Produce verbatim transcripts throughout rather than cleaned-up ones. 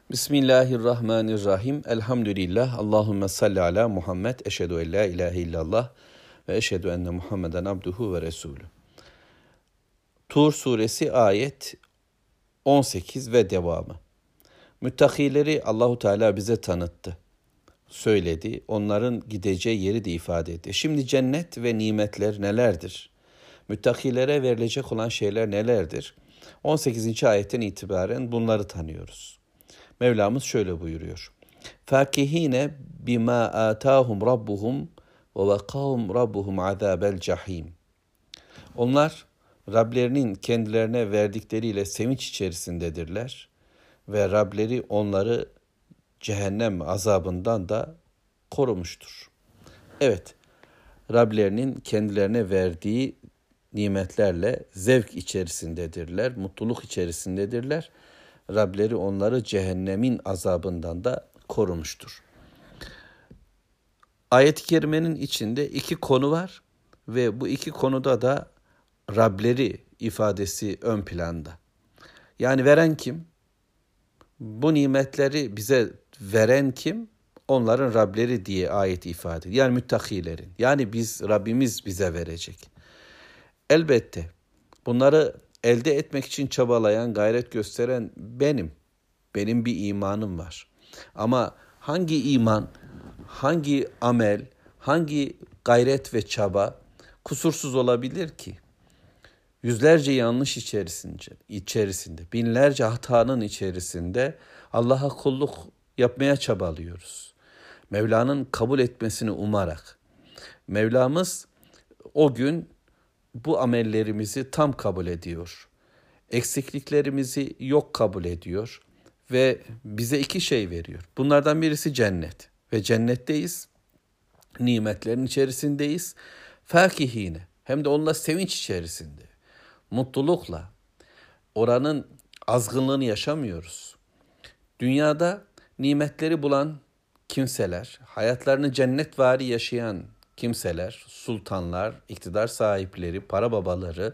Bismillahirrahmanirrahim. Elhamdülillah. Allahümme salli ala Muhammed. Eşhedü en la ilahe illallah ve eşhedü enne Muhammeden abduhu ve resulü. Tur suresi ayet on sekiz ve devamı. Müttakileri Allahu Teala bize tanıttı. Söyledi. Onların gideceği yeri de ifade etti. Şimdi cennet ve nimetler nelerdir? Müttakilere verilecek olan şeyler nelerdir? on sekizinci ayetten itibaren bunları tanıyoruz. Mevlamız şöyle buyuruyor. Fakihine bima atahum rabbuhum ve vakahum rabbuhum azabel cahim. Onlar Rablerinin kendilerine verdikleriyle sevinç içerisindedirler ve Rableri onları cehennem azabından da korumuştur. Evet, Rablerinin kendilerine verdiği nimetlerle zevk içerisindedirler, mutluluk içerisindedirler. Rableri onları cehennemin azabından da korumuştur. Ayet-i kerimenin içinde iki konu var ve bu iki konuda da Rableri ifadesi ön planda. Yani veren kim? Bu nimetleri bize veren kim? Onların Rableri diye ayet ifade ediyor. Yani müttakilerin. Yani biz, Rabbimiz bize verecek. Elbette bunları elde etmek için çabalayan, gayret gösteren benim. Benim bir imanım var. Ama hangi iman, hangi amel, hangi gayret ve çaba kusursuz olabilir ki? Yüzlerce yanlış içerisinde, içerisinde, binlerce hatanın içerisinde Allah'a kulluk yapmaya çabalıyoruz. Mevla'nın kabul etmesini umarak. Mevlamız o gün bu amellerimizi tam kabul ediyor. Eksikliklerimizi yok kabul ediyor ve bize iki şey veriyor. Bunlardan birisi cennet ve cennetteyiz. Nimetlerin içerisindeyiz. Fakihine, hem de onunla sevinç içerisinde. Mutlulukla. Oranın azgınlığını yaşamıyoruz. Dünyada nimetleri bulan kimseler, hayatlarını cennetvari yaşayan kimseler, sultanlar, iktidar sahipleri, para babaları,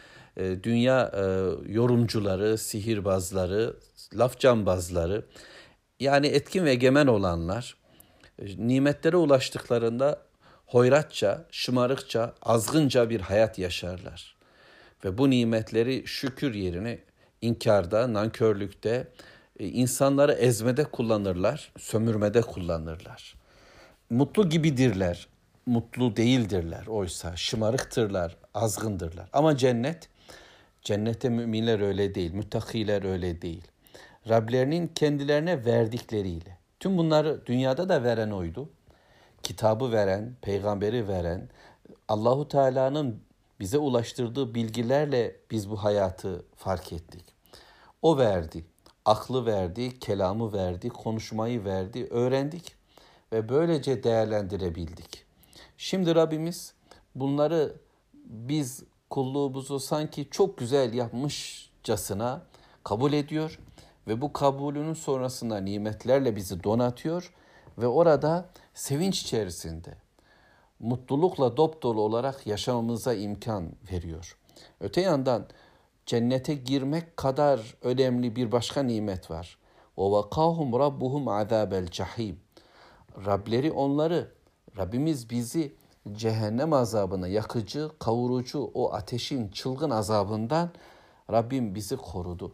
dünya yorumcuları, sihirbazları, laf cambazları, yani etkin ve egemen olanlar, nimetlere ulaştıklarında hoyratça, şımarıkça, azgınca bir hayat yaşarlar. Ve bu nimetleri şükür yerine inkarda, nankörlükte, insanları ezmede kullanırlar, sömürmede kullanırlar. Mutlu gibidirler, mutlu değildirler oysa, şımarıktırlar, azgındırlar. Ama cennet, cennette müminler öyle değil, müttakiler öyle değil. Rablerinin kendilerine verdikleriyle. Tüm bunları dünyada da veren oydu. Kitabı veren, peygamberi veren, Allahu Teala'nın bize ulaştırdığı bilgilerle biz bu hayatı fark ettik. O verdi, aklı verdi, kelamı verdi, konuşmayı verdi, öğrendik ve böylece değerlendirebildik. Şimdi Rabbimiz bunları biz kulluğumuzu sanki çok güzel yapmışçasına kabul ediyor ve bu kabulünün sonrasında nimetlerle bizi donatıyor ve orada sevinç içerisinde, mutlulukla dopdolu olarak yaşamamıza imkan veriyor. Öte yandan cennete girmek kadar önemli bir başka nimet var. وَوَقَاهُمْ رَبُّهُمْ عَذَابَ الْجَحِيمِ. Rableri onları, Rabbimiz bizi cehennem azabına, yakıcı, kavurucu o ateşin çılgın azabından Rabbim bizi korudu.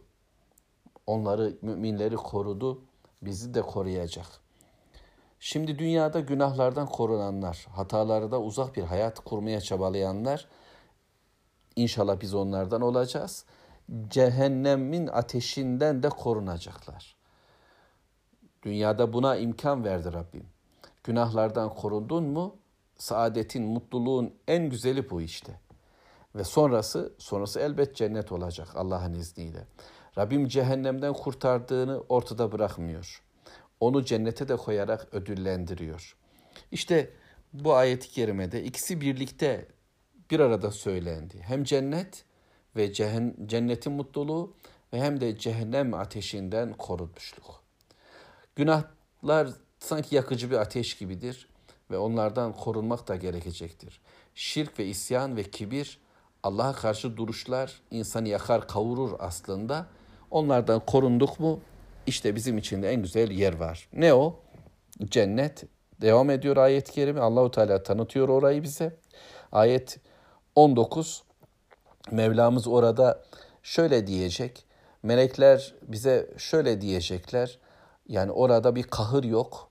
Onları, müminleri korudu, bizi de koruyacak. Şimdi dünyada günahlardan korunanlar, hatalarda uzak bir hayat kurmaya çabalayanlar, İnşallah biz onlardan olacağız. Cehennemin ateşinden de korunacaklar. Dünyada buna imkan verdi Rabbim. Günahlardan korundun mu, saadetin, mutluluğun en güzeli bu işte. Ve sonrası, sonrası elbet cennet olacak Allah'ın izniyle. Rabbim cehennemden kurtardığını ortada bırakmıyor. Onu cennete de koyarak ödüllendiriyor. İşte bu ayet-i kerimede ikisi birlikte bir arada söylendi. Hem cennet ve cennetin mutluluğu ve hem de cehennem ateşinden korunmuşluk. Günahlar sanki yakıcı bir ateş gibidir ve onlardan korunmak da gerekecektir. Şirk ve isyan ve kibir, Allah'a karşı duruşlar insanı yakar, kavurur aslında. Onlardan korunduk mu İşte bizim için de en güzel yer var. Ne o? Cennet. Devam ediyor ayet-i kerime. Allahu Teala tanıtıyor orayı bize. Ayet on dokuz. Mevlamız orada şöyle diyecek. Melekler bize şöyle diyecekler. Yani orada bir kahır yok.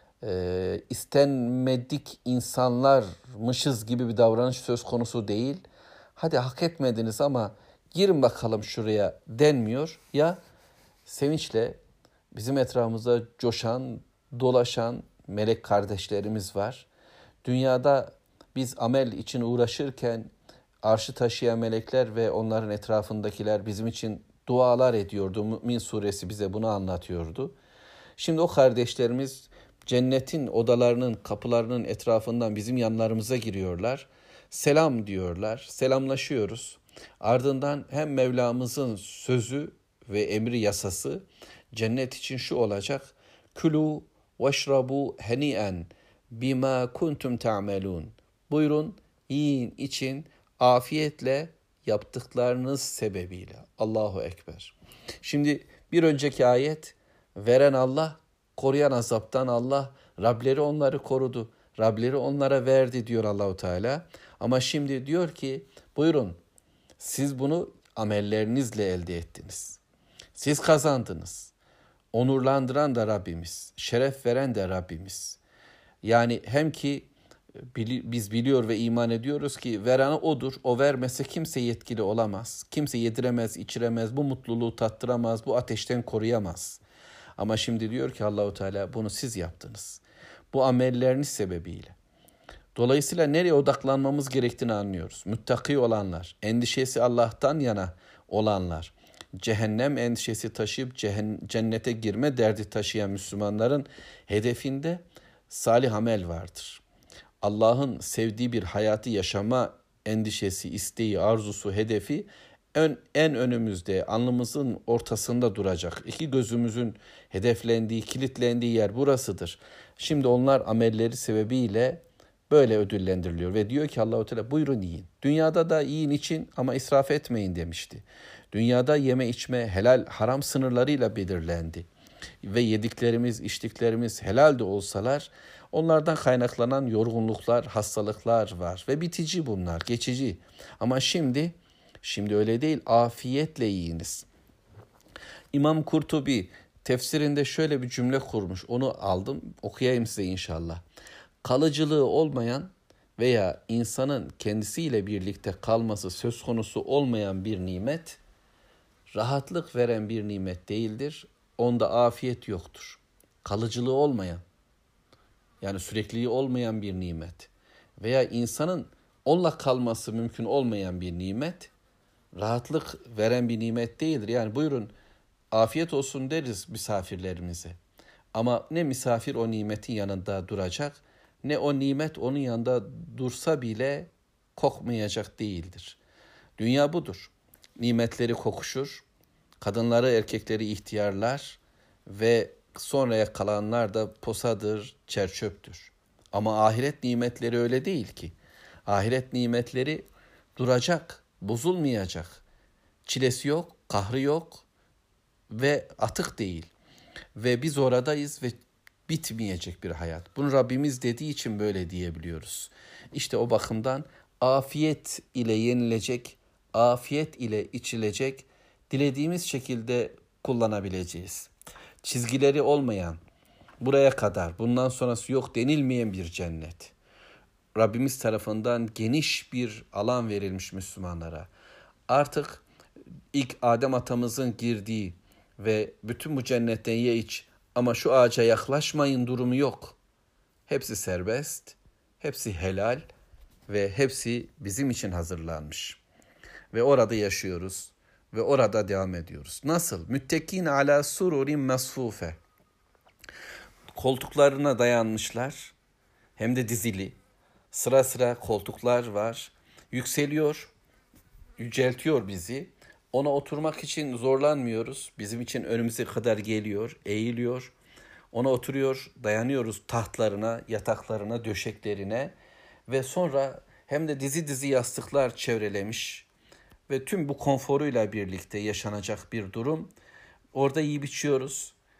Ee, istenmedik insanlarmışız gibi bir davranış söz konusu değil. Hadi hak etmediniz ama girin bakalım şuraya denmiyor. Ya sevinçle bizim etrafımızda coşan, dolaşan melek kardeşlerimiz var. Dünyada biz amel için uğraşırken arşı taşıyan melekler ve onların etrafındakiler bizim için dualar ediyordu. Mü'min suresi bize bunu anlatıyordu. Şimdi o kardeşlerimiz cennetin odalarının, kapılarının etrafından bizim yanlarımıza giriyorlar. Selam diyorlar, selamlaşıyoruz. Ardından hem Mevlamızın sözü ve emri yasası cennet için şu olacak. Külü veşrabu heni'en bima kuntum ta'melun. Buyurun, yiyin, için afiyetle yaptıklarınız sebebiyle. Allahu Ekber. Şimdi bir önceki ayet, veren Allah, koruyan azaptan Allah, Rableri onları korudu. Rableri onlara verdi diyor Allahu Teala. Ama şimdi diyor ki, buyurun siz bunu amellerinizle elde ettiniz. Siz kazandınız. Onurlandıran da Rabbimiz, şeref veren de Rabbimiz. Yani hem ki biz biliyor ve iman ediyoruz ki veren O'dur. O vermese kimse yetkili olamaz. Kimse yediremez, içiremez, bu mutluluğu tattıramaz, bu ateşten koruyamaz. Ama şimdi diyor ki Allahu Teala bunu siz yaptınız. Bu amelleriniz sebebiyle. Dolayısıyla nereye odaklanmamız gerektiğini anlıyoruz. Müttaki olanlar, endişesi Allah'tan yana olanlar, cehennem endişesi taşıyıp cennete girme derdi taşıyan Müslümanların hedefinde salih amel vardır. Allah'ın sevdiği bir hayatı yaşama endişesi, isteği, arzusu, hedefi en, en önümüzde, alnımızın ortasında duracak. İki gözümüzün hedeflendiği, kilitlendiği yer burasıdır. Şimdi onlar amelleri sebebiyle böyle ödüllendiriliyor ve diyor ki Allahu Teala buyurun yiyin. Dünyada da yiyin için ama israf etmeyin demişti. Dünyada yeme içme helal haram sınırlarıyla belirlendi. Ve yediklerimiz, içtiklerimiz helal de olsalar onlardan kaynaklanan yorgunluklar, hastalıklar var ve bitici bunlar, geçici. Ama şimdi, şimdi öyle değil, afiyetle yiyiniz. İmam Kurtubi tefsirinde şöyle bir cümle kurmuş, onu aldım, okuyayım size inşallah. Kalıcılığı olmayan veya insanın kendisiyle birlikte kalması söz konusu olmayan bir nimet, rahatlık veren bir nimet değildir. Onda afiyet yoktur. Kalıcılığı olmayan, yani sürekliliği olmayan bir nimet veya insanın onunla kalması mümkün olmayan bir nimet, rahatlık veren bir nimet değildir. Yani buyurun afiyet olsun deriz misafirlerimize. Ama ne misafir o nimetin yanında duracak, ne o nimet onun yanında dursa bile kokmayacak değildir. Dünya budur. Nimetleri kokuşur, kadınları erkekleri ihtiyarlar ve sonraya kalanlar da posadır, çerçöptür. Ama ahiret nimetleri öyle değil ki. Ahiret nimetleri duracak, bozulmayacak. Çilesi yok, kahrı yok ve atık değil. Ve biz oradayız ve bitmeyecek bir hayat. Bunu Rabbimiz dediği için böyle diyebiliyoruz. İşte o bakımdan afiyet ile yenilecek, afiyet ile içilecek, dilediğimiz şekilde kullanabileceğiz. Çizgileri olmayan, buraya kadar, bundan sonrası yok denilmeyen bir cennet. Rabbimiz tarafından geniş bir alan verilmiş Müslümanlara. Artık ilk Adem atamızın girdiği ve bütün bu cennetten ye iç ama şu ağaca yaklaşmayın durumu yok. Hepsi serbest, hepsi helal ve hepsi bizim için hazırlanmış. Ve orada yaşıyoruz ve orada devam ediyoruz. Nasıl? Müttekin ala sururin masfufe. Koltuklarına dayanmışlar, hem de dizili. Sıra sıra koltuklar var. Yükseliyor, yüceltiyor bizi. Ona oturmak için zorlanmıyoruz. Bizim için önümüze kadar geliyor, eğiliyor. Ona oturuyor, dayanıyoruz tahtlarına, yataklarına, döşeklerine. Ve sonra hem de dizi dizi yastıklar çevrelemiş. Ve tüm bu konforuyla birlikte yaşanacak bir durum. Orada yiyip içiyoruz.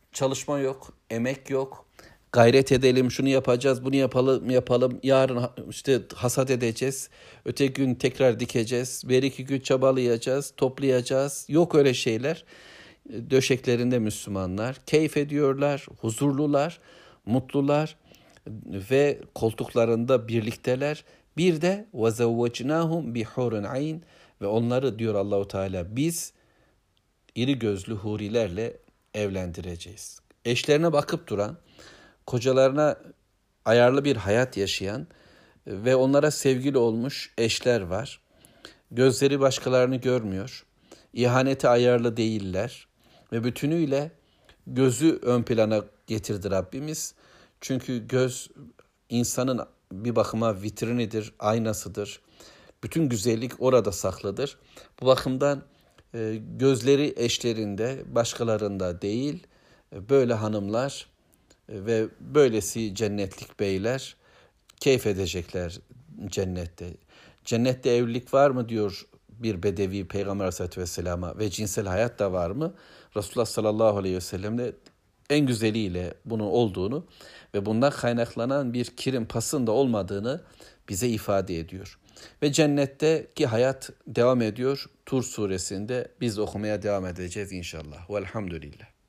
çalışma yok, emek yok. Gayret edelim, şunu yapacağız, bunu yapalım, yapalım. Yarın işte hasat edeceğiz. Öteki gün tekrar dikeceğiz. Bir iki gün çabalayacağız, toplayacağız. Yok öyle şeyler. Döşeklerinde Müslümanlar keyif ediyorlar, huzurlular, mutlular ve koltuklarında birlikteler. Bir de وَزَوَّجْنَاهُمْ بِحُورٍ عَيْنٍ ve onları diyor Allahu Teala biz iri gözlü hurilerle evlendireceğiz. Eşlerine bakıp duran, kocalarına ayarlı bir hayat yaşayan ve onlara sevgili olmuş eşler var. Gözleri başkalarını görmüyor. İhanete ayarlı değiller ve bütünüyle gözü ön plana getirdi Rabbimiz. Çünkü göz insanın bir bakıma vitrinidir, aynasıdır. Bütün güzellik orada saklıdır. Bu bakımdan e, gözleri eşlerinde, başkalarında değil, e, böyle hanımlar e, ve böylesi cennetlik beyler keyif edecekler cennette. Cennette evlilik var mı diyor bir bedevi Peygamber Aleyhisselatü Vesselam'a ve cinsel hayat da var mı? Resulullah sallallahu aleyhi ve sellem de en güzeliyle bunun olduğunu ve bundan kaynaklanan bir kirin pasın da olmadığını bize ifade ediyor. Ve cennetteki hayat devam ediyor. Tur suresinde biz okumaya devam edeceğiz inşallah. Velhamdülillah.